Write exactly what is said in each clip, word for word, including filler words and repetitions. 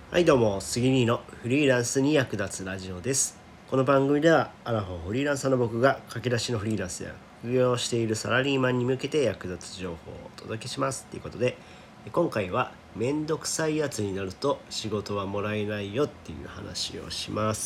はいどうも、杉兄のフリーランスに役立つラジオです。この番組ではアラフォーフリーランサーの僕が駆け出しのフリーランスや副業をしているサラリーマンに向けて役立つ情報をお届けしますということで、今回はめんどくさいやつになると仕事はもらえないよっていう話をします。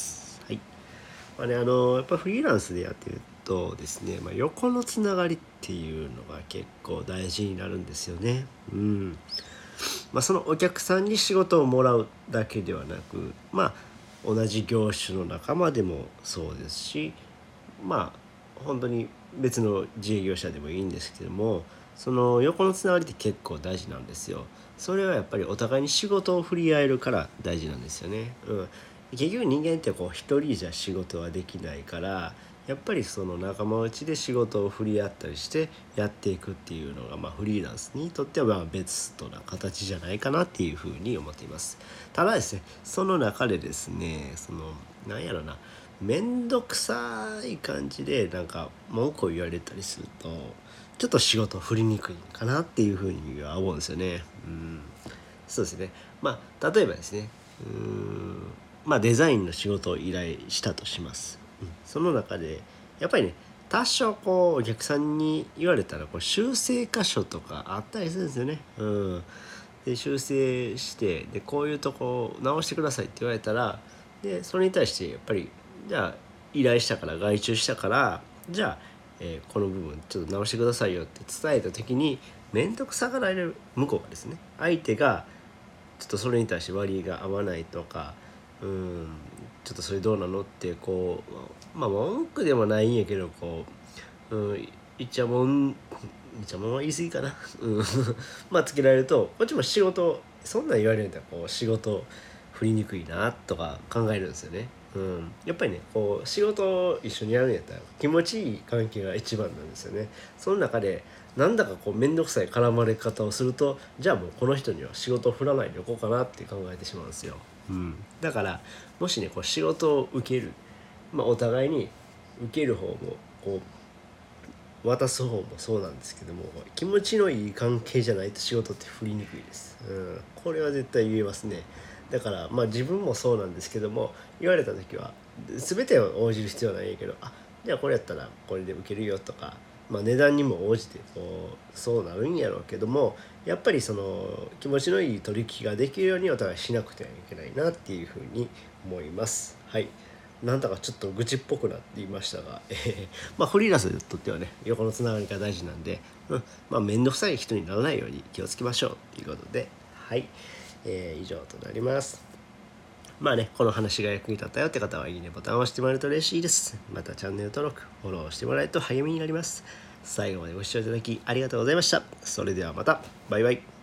はい。まあね、あのやっぱフリーランスでやってるとですね、まあ、横のつながりっていうのが結構大事になるんですよね。うん。まあ、そのお客さんに仕事をもらうだけではなく、まあ同じ業種の仲間でもそうですし、まあ本当に別の自営業者でもいいんですけども、その横のつながりって結構大事なんですよ。それはやっぱりお互いに仕事を振り合えるから大事なんですよね。うん、結局人間ってこう一人じゃ仕事はできないから、やっぱりその仲間内で仕事を振り合ったりしてやっていくっていうのが、まあフリーランスにとってはまあベストな形じゃないかなっていうふうに思っています。ただですね、その中でですね、そのなんやろな、めんどくさい感じでなんか文句を言われたりすると、ちょっと仕事振りにくいかなっていうふうには思うんですよね。うん、そうですね。まあ例えばですね、うーんまあデザインの仕事を依頼したとします。うん、その中でやっぱりね、多少こうお客さんに言われたらこう修正箇所とかあったりするんですよね。うん、で修正してでこういうとこ直してくださいって言われたら、でそれに対してやっぱりじゃあ依頼したから外注したからじゃあ、えーこの部分ちょっと直してくださいよって伝えた時に、面倒くさがられる向こうがですね、相手がちょっとそれに対して割が合わないとか、うん、ちょっとそれどうなのってこう、まあ文句でもないんやけどこう、うん、いっちゃもんいっちゃもんは言い過ぎかな、うん、まあつけられるとこっちも仕事そんなん言われるんだったらこう仕事振りにくいなとか考えるんですよね。うん、やっぱりねこう仕事を一緒にやるんやったら気持ちいい関係が一番なんですよね。その中でなんだかこう面倒くさい絡まれ方をすると、じゃあもうこの人には仕事を振らないでおこうかなって考えてしまうんですよ。うん、だからもしねこう仕事を受ける、まあ、お互いに受ける方もこう渡す方もそうなんですけども、気持ちのいい関係じゃないと仕事って振りにくいです。うん、これは絶対言えますね。だからまあ自分もそうなんですけども、言われた時は全てを応じる必要はないんやけど、あじゃあこれやったらこれで受けるよとか、まあ、値段にも応じてこうそうなるんやろうけども、やっぱりその気持ちのいい取引ができるようにお互いしなくてはいけないなっていうふうに思います。はい。なんだかちょっと愚痴っぽくなっていましたが、えー、まあフリーランスにとってはね横のつながりが大事なんで、うん、まあ面倒くさい人にならないように気をつけましょうということで、はい、えー、以上となります。まあね、この話が役に立ったよって方はいいねボタンを押してもらえると嬉しいです。またチャンネル登録フォローしてもらえると励みになります。最後までご視聴いただきありがとうございました。それではまた。バイバイ。